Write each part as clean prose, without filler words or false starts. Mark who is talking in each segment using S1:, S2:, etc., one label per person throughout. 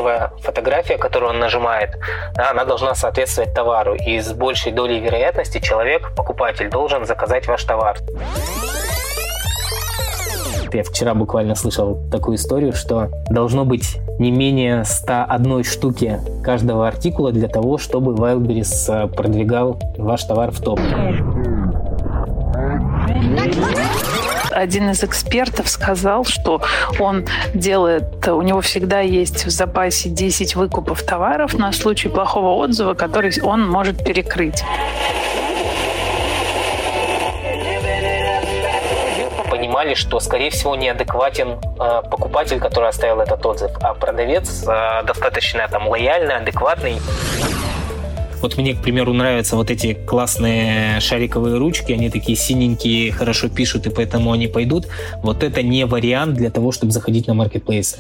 S1: первая фотография, которую он нажимает, да, она должна соответствовать товару. И с большей долей вероятности человек, покупатель, должен заказать ваш товар. Я вчера буквально слышал такую историю, что должно быть не менее 101 штуки каждого артикула для того, чтобы Wildberries продвигал ваш товар в топ.
S2: Один из экспертов сказал, что он делает, у него всегда есть в запасе 10 выкупов товаров на случай плохого отзыва, который он может перекрыть.
S1: Понимали, что, скорее всего, неадекватен покупатель, который оставил этот отзыв, а продавец достаточно лояльный, адекватный. Вот мне, к примеру, нравятся вот эти классные шариковые ручки, они такие синенькие, хорошо пишут, и поэтому они пойдут. Вот это не вариант для того, чтобы заходить на маркетплейсы.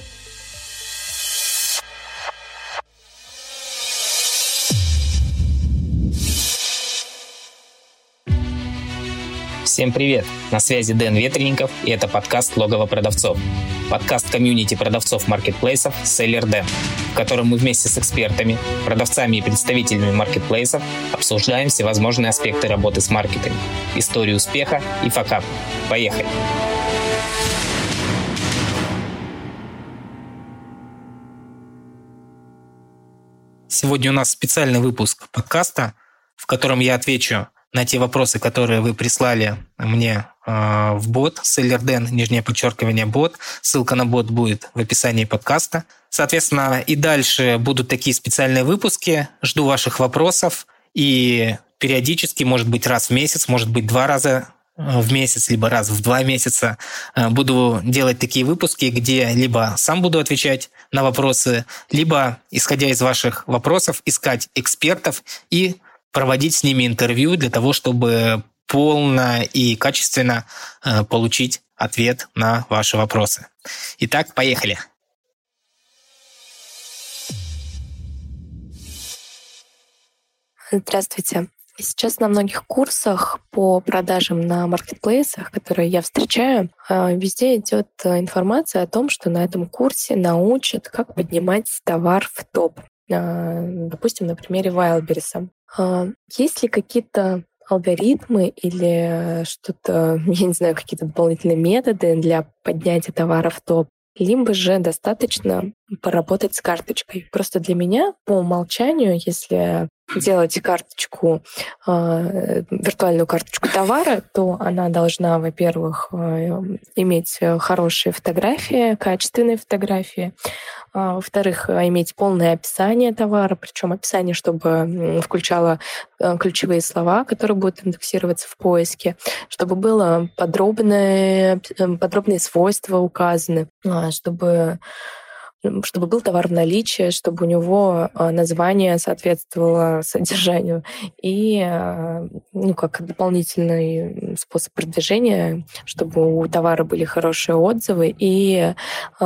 S1: Всем привет! На связи Дэн Ветренников, и это подкаст «Логово продавцов». Подкаст комьюнити продавцов маркетплейсов Seller Den, в котором мы вместе с экспертами, продавцами и представителями маркетплейсов обсуждаем всевозможные аспекты работы с маркетами, историю успеха и факап. Поехали! Сегодня у нас специальный выпуск подкаста, в котором я отвечу на те вопросы, которые вы прислали мне в бот, Seller Den, _ бот. Ссылка на бот будет в описании подкаста. Соответственно, и дальше будут такие специальные выпуски. Жду ваших вопросов. И периодически, может быть, раз в месяц, может быть, 2 раза в месяц, либо раз в 2 месяца буду делать такие выпуски, где либо сам буду отвечать на вопросы, либо, исходя из ваших вопросов, искать экспертов и проводить с ними интервью для того, чтобы полно и качественно получить ответ на ваши вопросы. Итак, поехали.
S3: Здравствуйте. Сейчас на многих курсах по продажам на маркетплейсах, которые я встречаю, везде идет информация о том, что на этом курсе научат, как поднимать товар в топ. Допустим, на примере Wildberries. Есть ли какие-то алгоритмы или что-то, я не знаю, какие-то дополнительные методы для поднятия товара в топ? Либо же достаточно поработать с карточкой. Просто для меня по умолчанию, если делать карточку, виртуальную карточку товара, то она должна, во-первых, иметь хорошие фотографии, качественные фотографии, во-вторых, иметь полное описание товара, причем описание, чтобы включало ключевые слова, которые будут индексироваться в поиске, чтобы было подробные свойства указаны, чтобы был товар в наличии, чтобы у него название соответствовало содержанию. И как дополнительный способ продвижения, чтобы у товара были хорошие отзывы и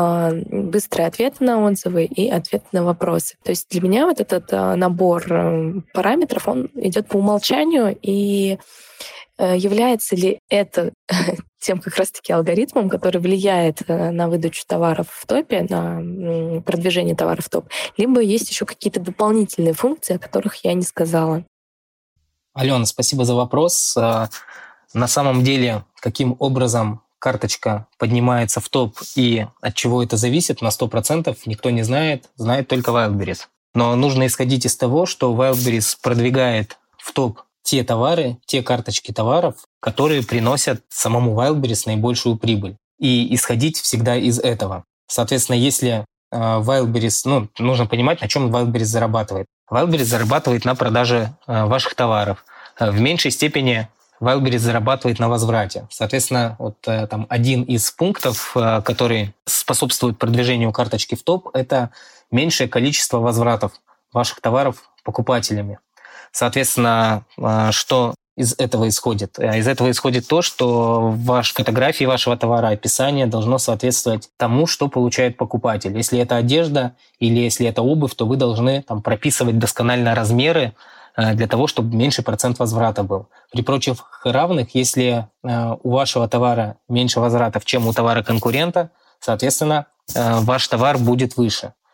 S3: быстрые ответы на отзывы и ответы на вопросы. То есть для меня вот этот набор параметров, он идет по умолчанию, и является ли это тем как раз-таки алгоритмом, который влияет на выдачу товаров в топе, на продвижение товаров в топ, либо есть еще какие-то дополнительные функции, о которых я не сказала.
S1: Алена, спасибо за вопрос. На самом деле, каким образом карточка поднимается в топ и от чего это зависит, на 100% никто не знает, знает только Wildberries. Но нужно исходить из того, что Wildberries продвигает в топ те товары, те карточки товаров, которые приносят самому Wildberries наибольшую прибыль. И исходить всегда из этого. Соответственно, если Wildberries, нужно понимать, на чем Wildberries зарабатывает. Wildberries зарабатывает на продаже ваших товаров. В меньшей степени Wildberries зарабатывает на возврате. Соответственно, один из пунктов, который способствует продвижению карточки в топ, это меньшее количество возвратов ваших товаров покупателями. Соответственно, что из этого исходит? Из этого исходит то, что фотографии вашего товара, описание должно соответствовать тому, что получает покупатель. Если это одежда или если это обувь, то вы должны прописывать досконально размеры для того, чтобы меньший процент возврата был. При прочих равных, если у вашего товара меньше возвратов, чем у товара конкурента, соответственно, ваш товар будет выше.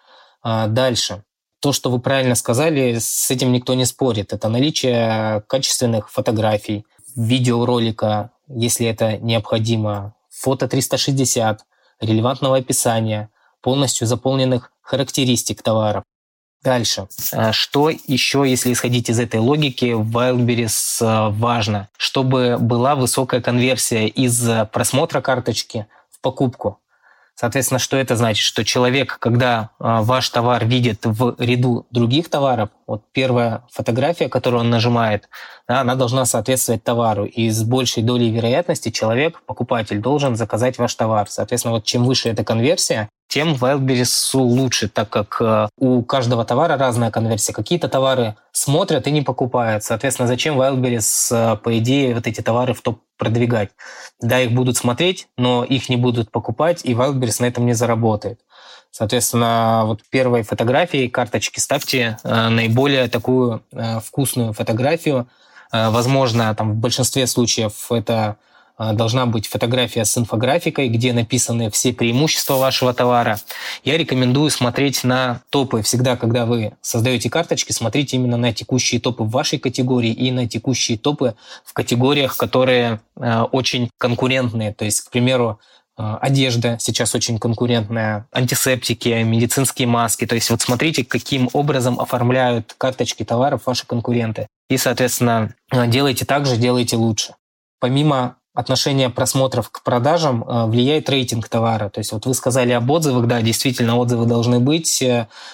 S1: Дальше. То, что вы правильно сказали, с этим никто не спорит. Это наличие качественных фотографий, видеоролика, если это необходимо, фото 360, релевантного описания, полностью заполненных характеристик товаров. Дальше. Что еще, если исходить из этой логики, в Wildberries важно? Чтобы была высокая конверсия из просмотра карточки в покупку. Соответственно, что это значит? Что человек, когда ваш товар видит в ряду других товаров, вот первая фотография, которую он нажимает, она должна соответствовать товару. И с большей долей вероятности человек, покупатель, должен заказать ваш товар. Соответственно, вот чем выше эта конверсия, тем Wildberries лучше, так как у каждого товара разная конверсия. Какие-то товары смотрят и не покупают. Соответственно, зачем Wildberries, по идее, вот эти товары в топ продвигать? Да, их будут смотреть, но их не будут покупать, и Wildberries на этом не заработает. Соответственно, вот первой фотографией карточки ставьте наиболее такую вкусную фотографию. Возможно, там в большинстве случаев это должна быть фотография с инфографикой, где написаны все преимущества вашего товара. Я рекомендую смотреть на топы. Всегда, когда вы создаете карточки, смотрите именно на текущие топы в вашей категории и на текущие топы в категориях, которые очень конкурентные. То есть, к примеру, одежда сейчас очень конкурентная, антисептики, медицинские маски. То есть вот смотрите, каким образом оформляют карточки товаров ваши конкуренты. И, соответственно, делайте так же, делайте лучше. Помимо отношение просмотров к продажам влияет рейтинг товара. То есть вот вы сказали об отзывах, да, действительно отзывы должны быть,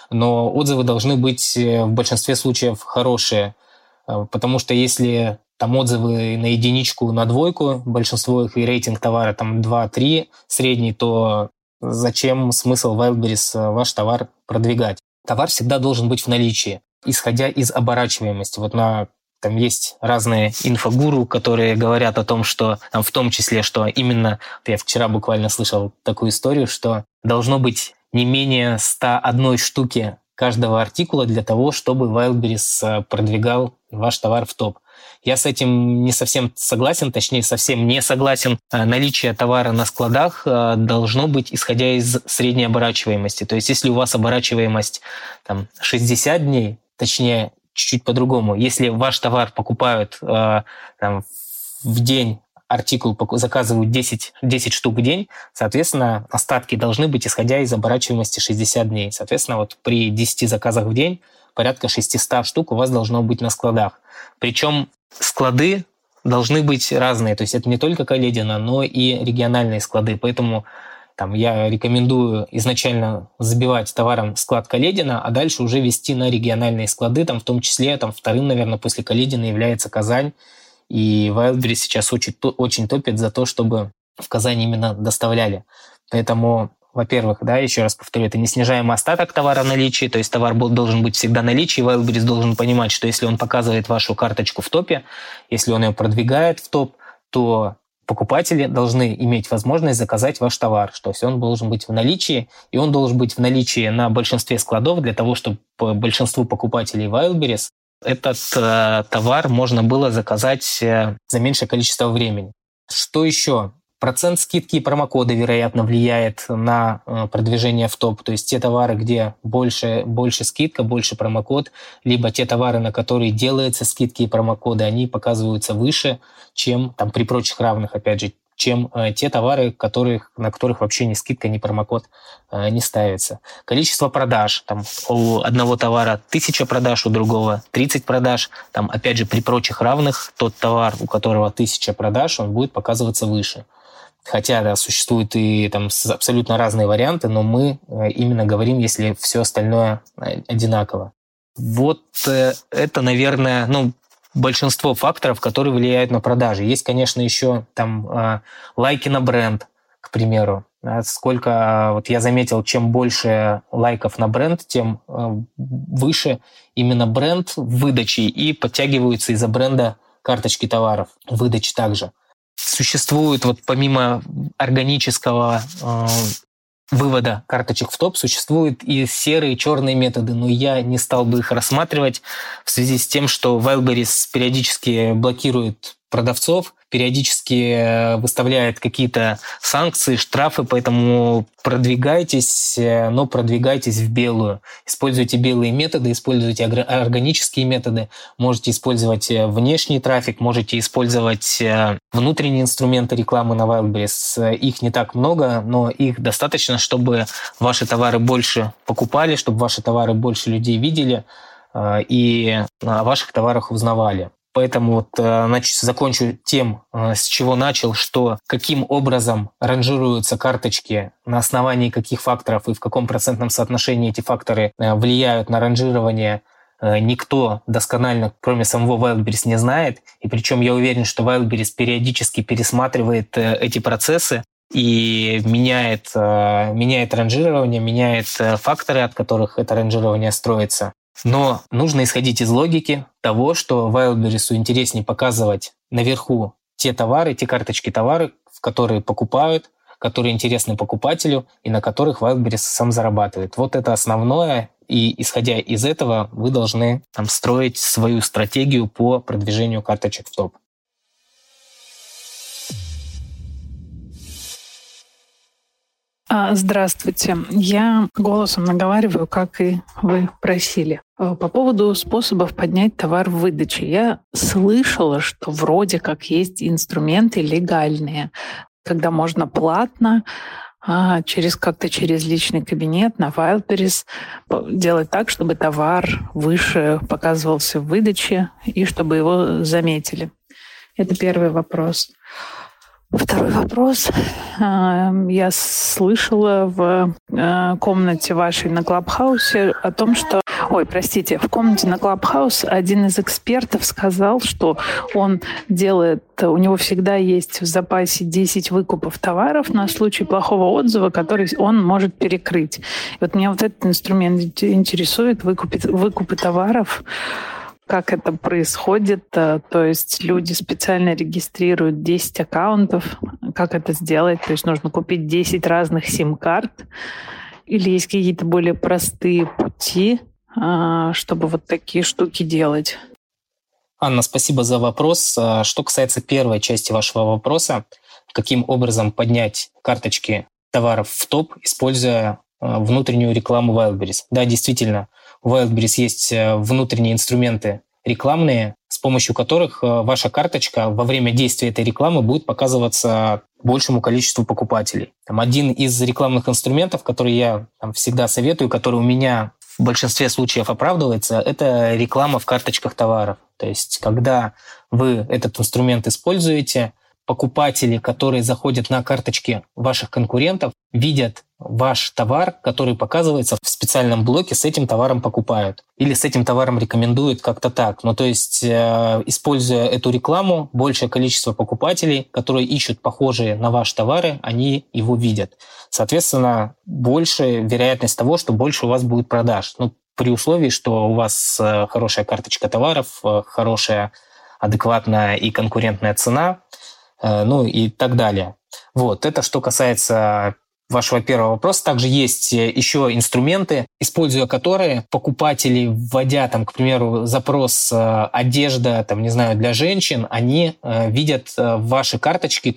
S1: но отзывы должны быть в большинстве случаев хорошие, потому что если там отзывы на единичку, на двойку, большинство их и рейтинг товара там 2-3 средний, то зачем смысл Wildberries ваш товар продвигать? Товар всегда должен быть в наличии, исходя из оборачиваемости. Вот там есть разные инфогуру, которые говорят о том, что там, в том числе, что именно, я вчера буквально слышал такую историю, что должно быть не менее 101 штуки каждого артикула для того, чтобы Wildberries продвигал ваш товар в топ. Я с этим не совсем согласен, точнее, совсем не согласен. Наличие товара на складах должно быть, исходя из средней оборачиваемости. То есть, если у вас оборачиваемость там, 60 дней, точнее, чуть-чуть по-другому. Если ваш товар покупают там, в день, артикул заказывают 10 штук в день, соответственно, остатки должны быть, исходя из оборачиваемости 60 дней. Соответственно, вот при 10 заказах в день порядка 600 штук у вас должно быть на складах. Причем склады должны быть разные. То есть это не только Каледино, но и региональные склады. Поэтому я рекомендую изначально забивать товаром склад Каледино, а дальше уже вести на региональные склады, в том числе вторым, наверное, после Каледино является Казань. И Wildberries сейчас очень топит за то, чтобы в Казань именно доставляли. Поэтому, во-первых, еще раз повторю, это неснижаемый остаток товара в наличии, то есть товар должен быть всегда в наличии. Wildberries должен понимать, что если он показывает вашу карточку в топе, если он ее продвигает в топ, то покупатели должны иметь возможность заказать ваш товар, что есть он должен быть в наличии, и он должен быть в наличии на большинстве складов для того, чтобы большинству покупателей Wildberries этот товар можно было заказать за меньшее количество времени. Что еще? Процент скидки и промокоды, вероятно, влияет на продвижение в топ. То есть те товары, где больше скидка, больше промокод, либо те товары, на которые делаются скидки и промокоды, они показываются выше, чем при прочих равных, опять же, чем те товары, на которых вообще ни скидка, ни промокод не ставится. Количество продаж. У одного товара 1000 продаж, у другого 30 продаж. Опять же, при прочих равных тот товар, у которого 1000 продаж, он будет показываться выше. Хотя существуют и абсолютно разные варианты, но мы именно говорим, если все остальное одинаково. Вот это, наверное, большинство факторов, которые влияют на продажи. Есть, конечно, еще лайки на бренд, к примеру. Сколько, я заметил, чем больше лайков на бренд, тем выше именно бренд в выдаче и подтягиваются из-за бренда карточки товаров. Выдачи также. Существует, помимо органического вывода карточек в топ, существуют и серые, и черные методы, но я не стал бы их рассматривать в связи с тем, что Wildberries периодически блокирует продавцов периодически выставляет какие-то санкции, штрафы, поэтому продвигайтесь, но продвигайтесь в белую. Используйте белые методы, используйте органические методы, можете использовать внешний трафик, можете использовать внутренние инструменты рекламы на Wildberries. Их не так много, но их достаточно, чтобы ваши товары больше покупали, чтобы ваши товары больше людей видели и о ваших товарах узнавали. Поэтому закончу тем, с чего начал, что каким образом ранжируются карточки, на основании каких факторов и в каком процентном соотношении эти факторы влияют на ранжирование, никто досконально, кроме самого Wildberries, не знает. И причем я уверен, что Wildberries периодически пересматривает эти процессы и меняет ранжирование, меняет факторы, от которых это ранжирование строится. Но нужно исходить из логики того, что Wildberries интереснее показывать наверху те товары, те карточки товары, в которые покупают, которые интересны покупателю и на которых Wildberries сам зарабатывает. Вот это основное, и исходя из этого вы должны строить свою стратегию по продвижению карточек в топ.
S2: Здравствуйте. Я голосом наговариваю, как и вы просили. По поводу способов поднять товар в выдаче. Я слышала, что вроде как есть инструменты легальные, когда можно платно через личный кабинет на Wildberries делать так, чтобы товар выше показывался в выдаче и чтобы его заметили. Это первый вопрос. Второй вопрос. Я слышала в комнате вашей на Клабхаусе о том, что... в комнате на Клабхаус один из экспертов сказал, что у него всегда есть в запасе 10 выкупов товаров на случай плохого отзыва, который он может перекрыть. И вот меня этот инструмент интересует, выкупы товаров. Как это происходит? То есть люди специально регистрируют 10 аккаунтов. Как это сделать? То есть нужно купить 10 разных сим-карт? Или есть какие-то более простые пути, чтобы вот такие штуки делать?
S1: Анна, спасибо за вопрос. Что касается первой части вашего вопроса, каким образом поднять карточки товаров в топ, используя внутреннюю рекламу Wildberries. Да, действительно, у Wildberries есть внутренние инструменты рекламные, с помощью которых ваша карточка во время действия этой рекламы будет показываться большему количеству покупателей. Один из рекламных инструментов, который я всегда советую, который у меня в большинстве случаев оправдывается, это реклама в карточках товаров. То есть, когда вы этот инструмент используете, покупатели, которые заходят на карточки ваших конкурентов, видят ваш товар, который показывается в специальном блоке, с этим товаром покупают. Или с этим товаром рекомендуют как-то так. То есть, используя эту рекламу, большее количество покупателей, которые ищут похожие на ваши товары, они его видят. Соответственно, большая вероятность того, что больше у вас будет продаж. При условии, что у вас хорошая карточка товаров, хорошая, адекватная и конкурентная цена, и так далее. Это что касается вашего первого вопроса. Также есть еще инструменты, используя которые покупатели, вводя, к примеру, запрос «одежда, для женщин», они видят ваши карточки,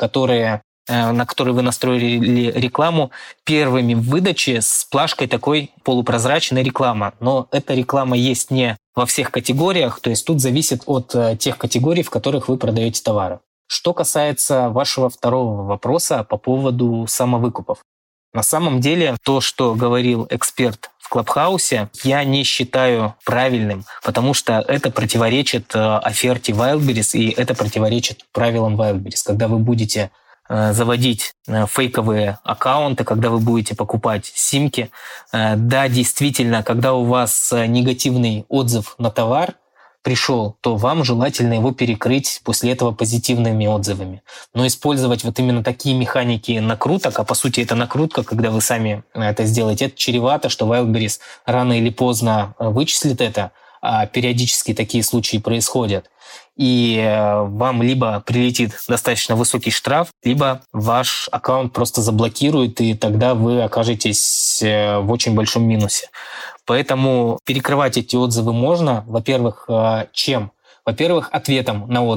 S1: на которые вы настроили рекламу, первыми в выдаче с плашкой такой полупрозрачной реклама. Но эта реклама есть не во всех категориях, то есть тут зависит от тех категорий, в которых вы продаете товары. Что касается вашего второго вопроса по поводу самовыкупов. На самом деле, то, что говорил эксперт в Клабхаусе, я не считаю правильным, потому что это противоречит оферте Wildberries и это противоречит правилам Wildberries. Когда вы будете заводить фейковые аккаунты, когда вы будете покупать симки, да, действительно, когда у вас негативный отзыв на товар пришел, то вам желательно его перекрыть после этого позитивными отзывами. Но использовать именно такие механики накруток, а по сути это накрутка, когда вы сами это сделаете, это чревато, что Wildberries рано или поздно вычислит это, а периодически такие случаи происходят. И вам либо прилетит достаточно высокий штраф, либо ваш аккаунт просто заблокируют, и тогда вы окажетесь в очень большом минусе. Поэтому перекрывать эти отзывы можно, во-первых, чем? Во-первых, ответом на отзыв.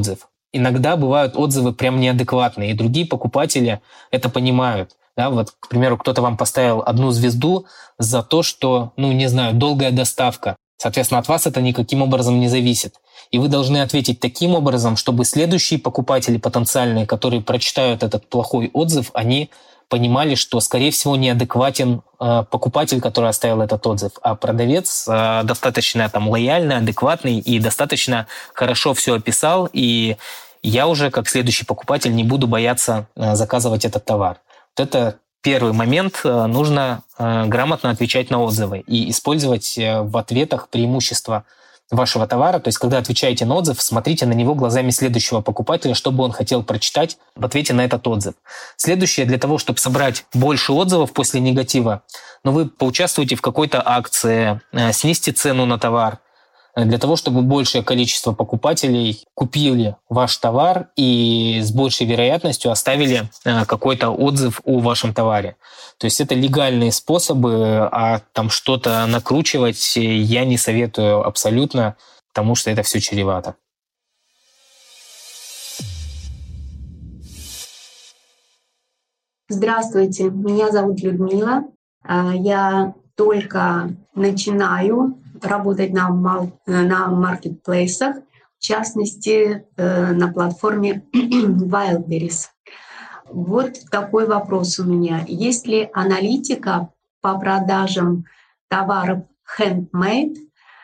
S1: иногда бывают отзывы прям неадекватные, и другие покупатели это понимают. Да, вот, к примеру, кто-то вам поставил 1 звезду за то, что, долгая доставка. Соответственно, от вас это никаким образом не зависит. И вы должны ответить таким образом, чтобы следующие покупатели потенциальные, которые прочитают этот плохой отзыв, они понимали, что, скорее всего, неадекватен покупатель, который оставил этот отзыв, а продавец достаточно лояльный, адекватный и достаточно хорошо все описал, и я уже, как следующий покупатель, не буду бояться заказывать этот товар. Вот это первый момент. Нужно грамотно отвечать на отзывы и использовать в ответах преимущества вашего товара. То есть, когда отвечаете на отзыв, смотрите на него глазами следующего покупателя, что бы он хотел прочитать в ответе на этот отзыв. Следующее, для того, чтобы собрать больше отзывов после негатива, вы поучаствуете в какой-то акции, снизьте цену на товар, для того, чтобы большее количество покупателей купили ваш товар и с большей вероятностью оставили какой-то отзыв о вашем товаре. То есть это легальные способы, а что-то накручивать я не советую абсолютно, потому что это все чревато.
S4: Здравствуйте, меня зовут Людмила. Я только начинаю работать на маркетплейсах, в частности, на платформе Wildberries. Вот такой вопрос у меня. Есть ли аналитика по продажам товаров handmade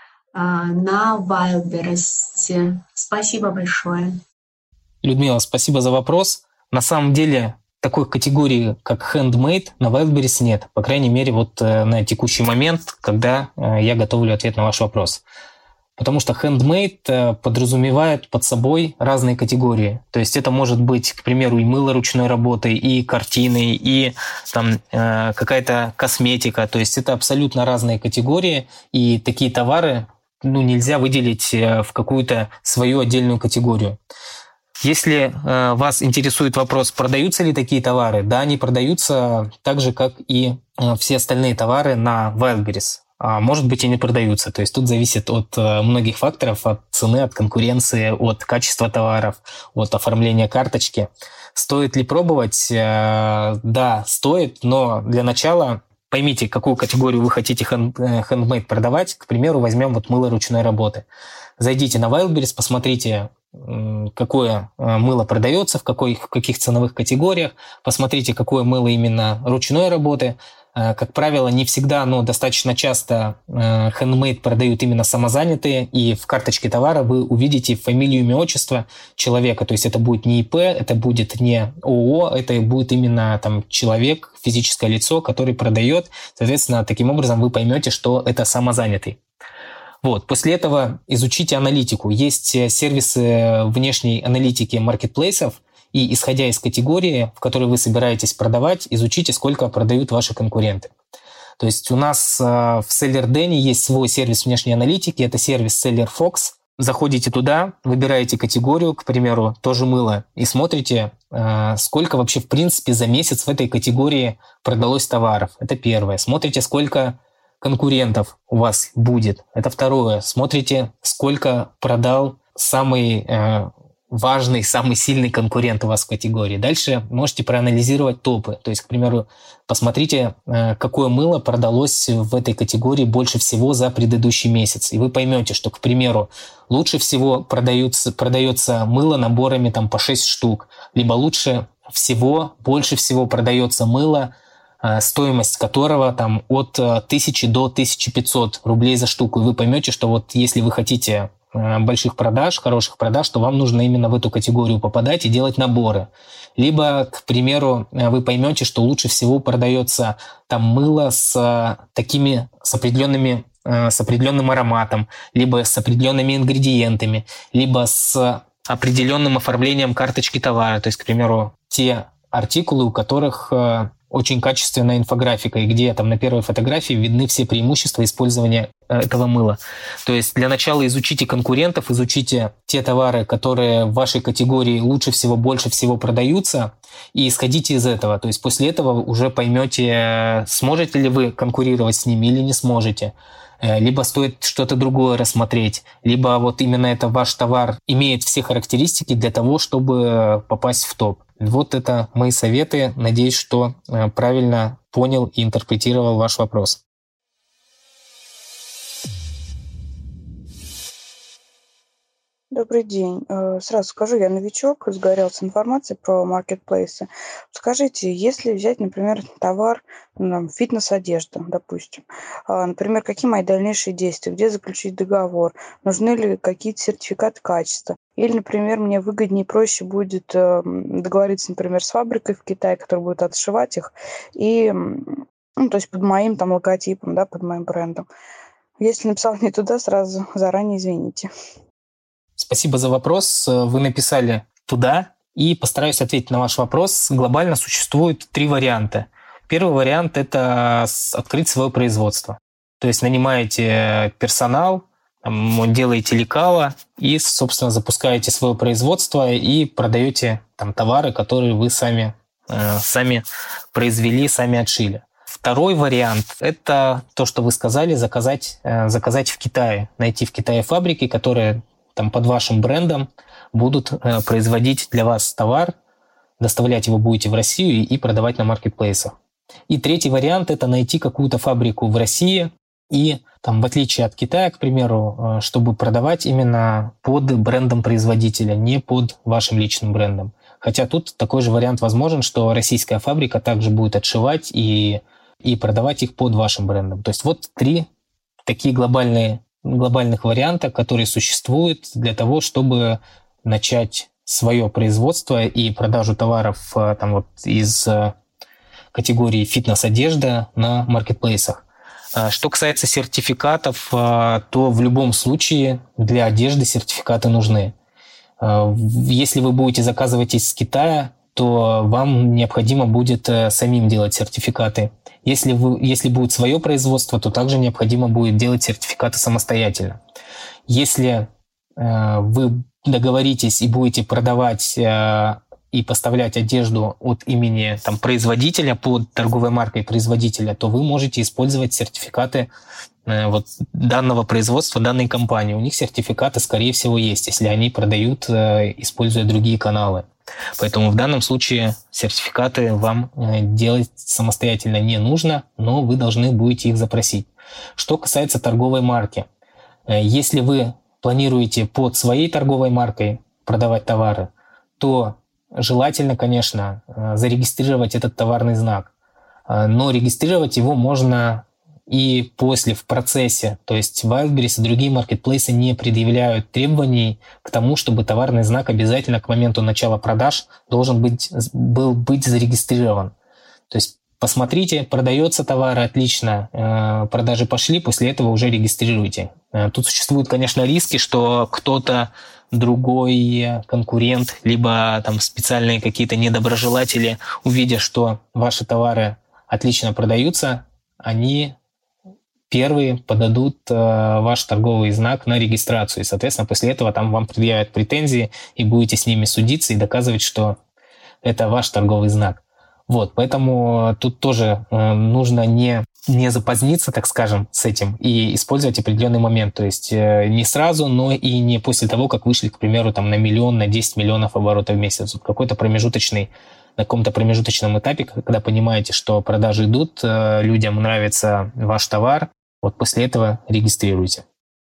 S4: на Wildberries? Спасибо большое.
S1: Людмила, спасибо за вопрос. На самом деле, такой категории, как handmade, на Wildberries нет. По крайней мере, на текущий момент, когда я готовлю ответ на ваш вопрос. Потому что handmade подразумевает под собой разные категории. То есть это может быть, к примеру, и мыло ручной работы, и картины, и какая-то косметика. То есть это абсолютно разные категории, и такие товары нельзя выделить в какую-то свою отдельную категорию. Если вас интересует вопрос, продаются ли такие товары, да, они продаются так же, как и все остальные товары на Wildberries. А может быть и не продаются. То есть тут зависит от многих факторов, от цены, от конкуренции, от качества товаров, от оформления карточки. Стоит ли пробовать? Да, стоит, но для начала поймите, какую категорию вы хотите handmade продавать. К примеру, возьмем мыло ручной работы. Зайдите на Wildberries, посмотрите, какое мыло продается, в каких ценовых категориях, посмотрите, какое мыло именно ручной работы. Как правило, не всегда, но достаточно часто handmade продают именно самозанятые, и в карточке товара вы увидите фамилию, имя, отчество человека. То есть это будет не ИП, это будет не ООО, это будет именно человек, физическое лицо, который продает. Соответственно, таким образом вы поймете, что это самозанятый. После этого изучите аналитику. Есть сервисы внешней аналитики маркетплейсов, и исходя из категории, в которой вы собираетесь продавать, изучите, сколько продают ваши конкуренты. То есть у нас в SellerDen есть свой сервис внешней аналитики, это сервис SellerFox. Заходите туда, выбираете категорию, к примеру, тоже мыло, и смотрите, сколько вообще в принципе за месяц в этой категории продалось товаров. Это первое. Смотрите, сколько конкурентов у вас будет. Это второе. Смотрите, сколько продал самый важный, самый сильный конкурент у вас в категории. Дальше можете проанализировать топы. То есть, к примеру, посмотрите, какое мыло продалось в этой категории больше всего за предыдущий месяц. И вы поймете, что, к примеру, лучше всего продается мыло наборами по 6 штук. Либо лучше всего, больше всего продается мыло, стоимость которого от 1000 до 1500 рублей за штуку. И вы поймете, что если вы хотите больших продаж, хороших продаж, то вам нужно именно в эту категорию попадать и делать наборы. Либо, к примеру, вы поймете, что лучше всего продается мыло с определенным ароматом, либо с определенными ингредиентами, либо с определенным оформлением карточки товара. То есть, к примеру, те артикулы, у которых очень качественная инфографика, и где там на первой фотографии видны все преимущества использования этого мыла. То есть для начала изучите конкурентов, изучите те товары, которые в вашей категории лучше всего, больше всего продаются, и исходите из этого. То есть после этого уже поймете, сможете ли вы конкурировать с ними или не сможете. Либо стоит что-то другое рассмотреть, либо вот именно это ваш товар имеет все характеристики для того, чтобы попасть в топ. Вот это мои советы. Надеюсь, что правильно понял и интерпретировал ваш вопрос.
S5: Добрый день. Сразу скажу, я новичок, загорелся информацией про маркетплейсы. Скажите, если взять, например, товар, фитнес-одежда, допустим, например, какие мои дальнейшие действия, где заключить договор, нужны ли какие-то сертификаты качества? Или, например, мне выгоднее и проще будет договориться, например, с фабрикой в Китае, которая будет отшивать их, и, то есть под моим там логотипом, да, под моим брендом. Если написал не туда, сразу заранее извините.
S1: Спасибо за вопрос. Вы написали туда, и постараюсь ответить на ваш вопрос. Глобально существует 3 варианта. Первый вариант – это открыть свое производство. То есть нанимаете персонал, делаете лекала и, собственно, запускаете свое производство и продаете там товары, которые вы сами произвели, сами отшили. Второй вариант – это то, что вы сказали, заказать в Китае. Найти в Китае фабрики, которые там под вашим брендом будут производить для вас товар, доставлять его будете в Россию и продавать на маркетплейсах. И третий вариант – это найти какую-то фабрику в России и, там, в отличие от Китая, к примеру, чтобы продавать именно под брендом производителя, не под вашим личным брендом. Хотя тут такой же вариант возможен, что российская фабрика также будет отшивать и продавать их под вашим брендом. То есть вот 3 такие глобальных варианта, которые существуют для того, чтобы начать свое производство и продажу товаров там, вот, из категории фитнес-одежда на маркетплейсах. Что касается сертификатов, то в любом случае для одежды сертификаты нужны. Если вы будете заказывать из Китая, то вам необходимо будет самим делать сертификаты. Если будет свое производство, то также необходимо будет делать сертификаты самостоятельно. Если вы договоритесь и будете продавать и поставлять одежду от имени там, производителя под торговой маркой производителя, то вы можете использовать сертификаты вот, данного производства, данной компании. У них сертификаты, скорее всего, есть, если они продают, используя другие каналы. Поэтому в данном случае сертификаты вам делать самостоятельно не нужно, но вы должны будете их запросить. Что касается торговой марки, если вы планируете под своей торговой маркой продавать товары, то желательно, конечно, зарегистрировать этот товарный знак. Но регистрировать его можно и после, в процессе. То есть Wildberries и другие маркетплейсы не предъявляют требований к тому, чтобы товарный знак обязательно к моменту начала продаж должен быть зарегистрирован. То есть посмотрите, продается товар, отлично, продажи пошли, после этого уже регистрируйте. Тут существуют, конечно, риски, что кто-то другой конкурент, либо там специальные какие-то недоброжелатели, увидя, что ваши товары отлично продаются, они первые подадут ваш торговый знак на регистрацию. И, соответственно, после этого там вам предъявят претензии и будете с ними судиться и доказывать, что это ваш торговый знак. Вот, поэтому тут тоже нужно не запоздниться, так скажем, с этим и использовать определенный момент. То есть не сразу, но и не после того, как вышли, к примеру, там, на 1 миллион, на 10 миллионов оборотов в месяц. Вот какой-то на каком-то промежуточном этапе, когда понимаете, что продажи идут, людям нравится ваш товар, вот после этого регистрируйте.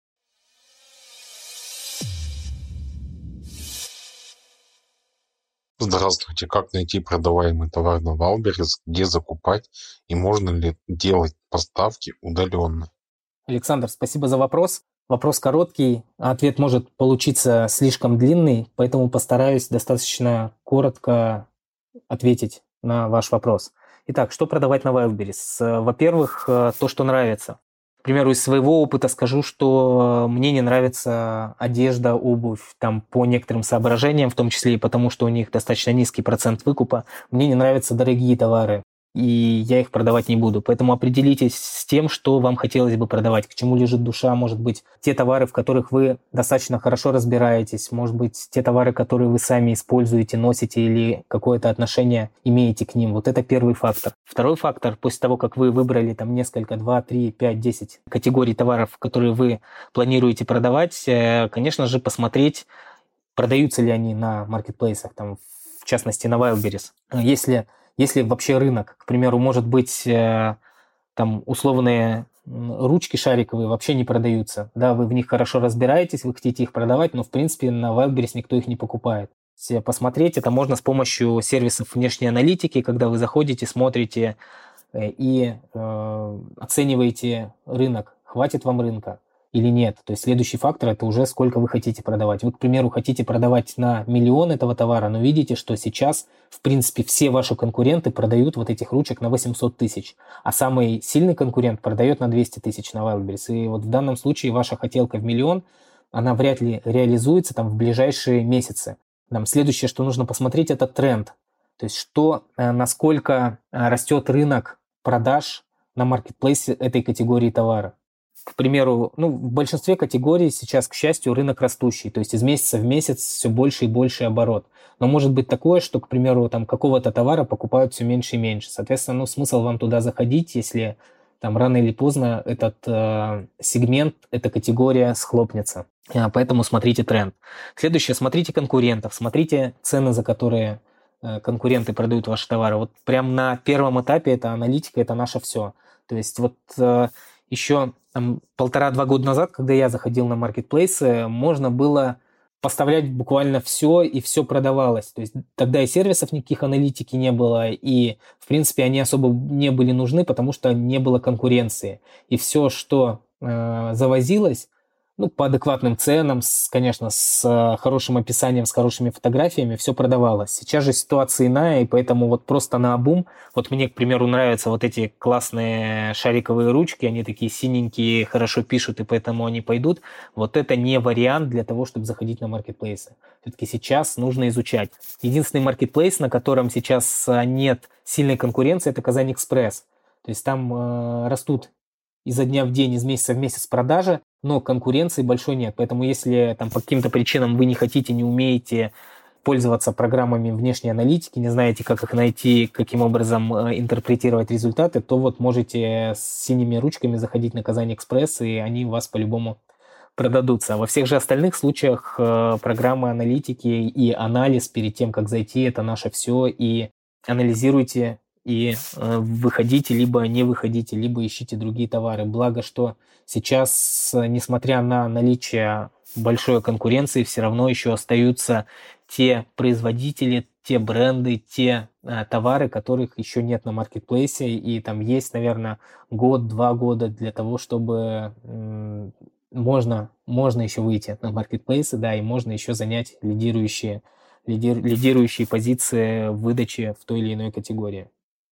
S6: Здравствуйте. Как найти продаваемый товар на Wildberries, где закупать и можно ли делать поставки удаленно?
S1: Александр, спасибо за вопрос. Вопрос короткий, а ответ может получиться слишком длинный, поэтому постараюсь достаточно коротко ответить на ваш вопрос. Итак, что продавать на Wildberries? Во-первых, то, что нравится. К примеру, из своего опыта скажу, что мне не нравится одежда, обувь там, по некоторым соображениям, в том числе и потому, что у них достаточно низкий процент выкупа. Мне не нравятся дорогие товары. и я их продавать не буду. Поэтому определитесь с тем, что вам хотелось бы продавать, к чему лежит душа. Может быть, те товары, в которых вы достаточно хорошо разбираетесь, может быть, те товары, которые вы сами используете, носите или какое-то отношение имеете к ним. Вот это первый фактор. Второй фактор, после того, как вы выбрали там несколько, 2, 3, 5, 10 категорий товаров, которые вы планируете продавать, конечно же, посмотреть, продаются ли они на маркетплейсах, там, в частности, на Wildberries. Если вообще рынок, к примеру, может быть, там условные ручки шариковые вообще не продаются. Да, вы в них хорошо разбираетесь, вы хотите их продавать, но, в принципе, на Wildberries никто их не покупает. Посмотреть это можно с помощью сервисов внешней аналитики, когда вы заходите, смотрите и оцениваете рынок, хватит вам рынка или нет. То есть следующий фактор – это уже сколько вы хотите продавать. Вы, к примеру, хотите продавать на 1 миллион этого товара, но видите, что сейчас, в принципе, все ваши конкуренты продают вот этих ручек на 800 тысяч, а самый сильный конкурент продает на 200 тысяч на Wildberries. И вот в данном случае ваша хотелка в 1 миллион, она вряд ли реализуется там в ближайшие месяцы. Нам следующее, что нужно посмотреть, это тренд. То есть насколько растет рынок продаж на маркетплейсе этой категории товара. К примеру, в большинстве категорий сейчас, к счастью, рынок растущий, то есть из месяца в месяц все больше и больше оборот. Но может быть такое, что, к примеру, там какого-то товара покупают все меньше и меньше. Соответственно, смысл вам туда заходить, если там рано или поздно этот сегмент, эта категория схлопнется. Поэтому смотрите тренд. Следующее, смотрите конкурентов, смотрите цены, за которые конкуренты продают ваши товары. Вот прям на первом этапе это аналитика, это наше все. То есть вот еще 1,5-2 года назад, когда я заходил на маркетплейсы, можно было поставлять буквально все, и все продавалось. То есть тогда и сервисов никаких аналитики не было, и, в принципе, они особо не были нужны, потому что не было конкуренции. И все, что завозилось, по адекватным ценам, конечно, с хорошим описанием, с хорошими фотографиями, все продавалось. Сейчас же ситуация иная, и поэтому вот просто наобум. Вот мне, к примеру, нравятся вот эти классные шариковые ручки, они такие синенькие, хорошо пишут, и поэтому они пойдут. Вот это не вариант для того, чтобы заходить на маркетплейсы. Все-таки сейчас нужно изучать. Единственный маркетплейс, на котором сейчас нет сильной конкуренции, это Казань-Экспресс. То есть там растут изо дня в день, из месяца в месяц продажи, но конкуренции большой нет. Поэтому если там по каким-то причинам вы не хотите, не умеете пользоваться программами внешней аналитики, не знаете, как их найти, каким образом интерпретировать результаты, то вот можете с синими ручками заходить на Казань-Экспресс, и они у вас по-любому продадутся. Во всех же остальных случаях программы аналитики и анализ перед тем, как зайти, это наше все, и анализируйте, и выходите, либо не выходите, либо ищите другие товары. Благо, что сейчас, несмотря на наличие большой конкуренции, все равно еще остаются те производители, те бренды, те товары, которых еще нет на маркетплейсе, и там есть, наверное, 1-2 года для того, чтобы можно еще выйти на маркетплейсы, да, и можно еще занять лидирующие позиции в выдаче в той или иной категории.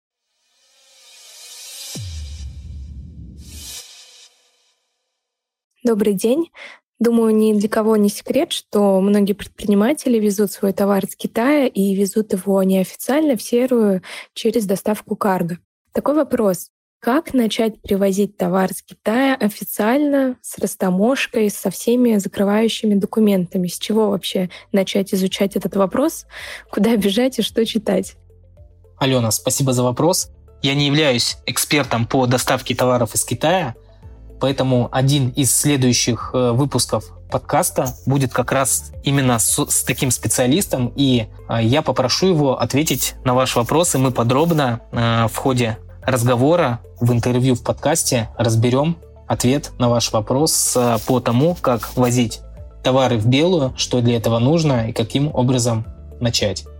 S3: Добрый день. Думаю, ни для кого не секрет, что многие предприниматели везут свой товар из Китая и везут его неофициально в серую через доставку карго. Такой вопрос. Как начать привозить товар с Китая официально, с растаможкой, со всеми закрывающими документами? С чего вообще начать изучать этот вопрос? Куда бежать и что читать?
S1: Алена, спасибо за вопрос. Я не являюсь экспертом по доставке товаров из Китая, поэтому один из следующих выпусков подкаста будет как раз именно с таким специалистом, и я попрошу его ответить на ваш вопрос, и мы подробно в ходе разговора, в интервью, в подкасте разберем ответ на ваш вопрос по тому, как возить товары в белую, что для этого нужно и каким образом начать.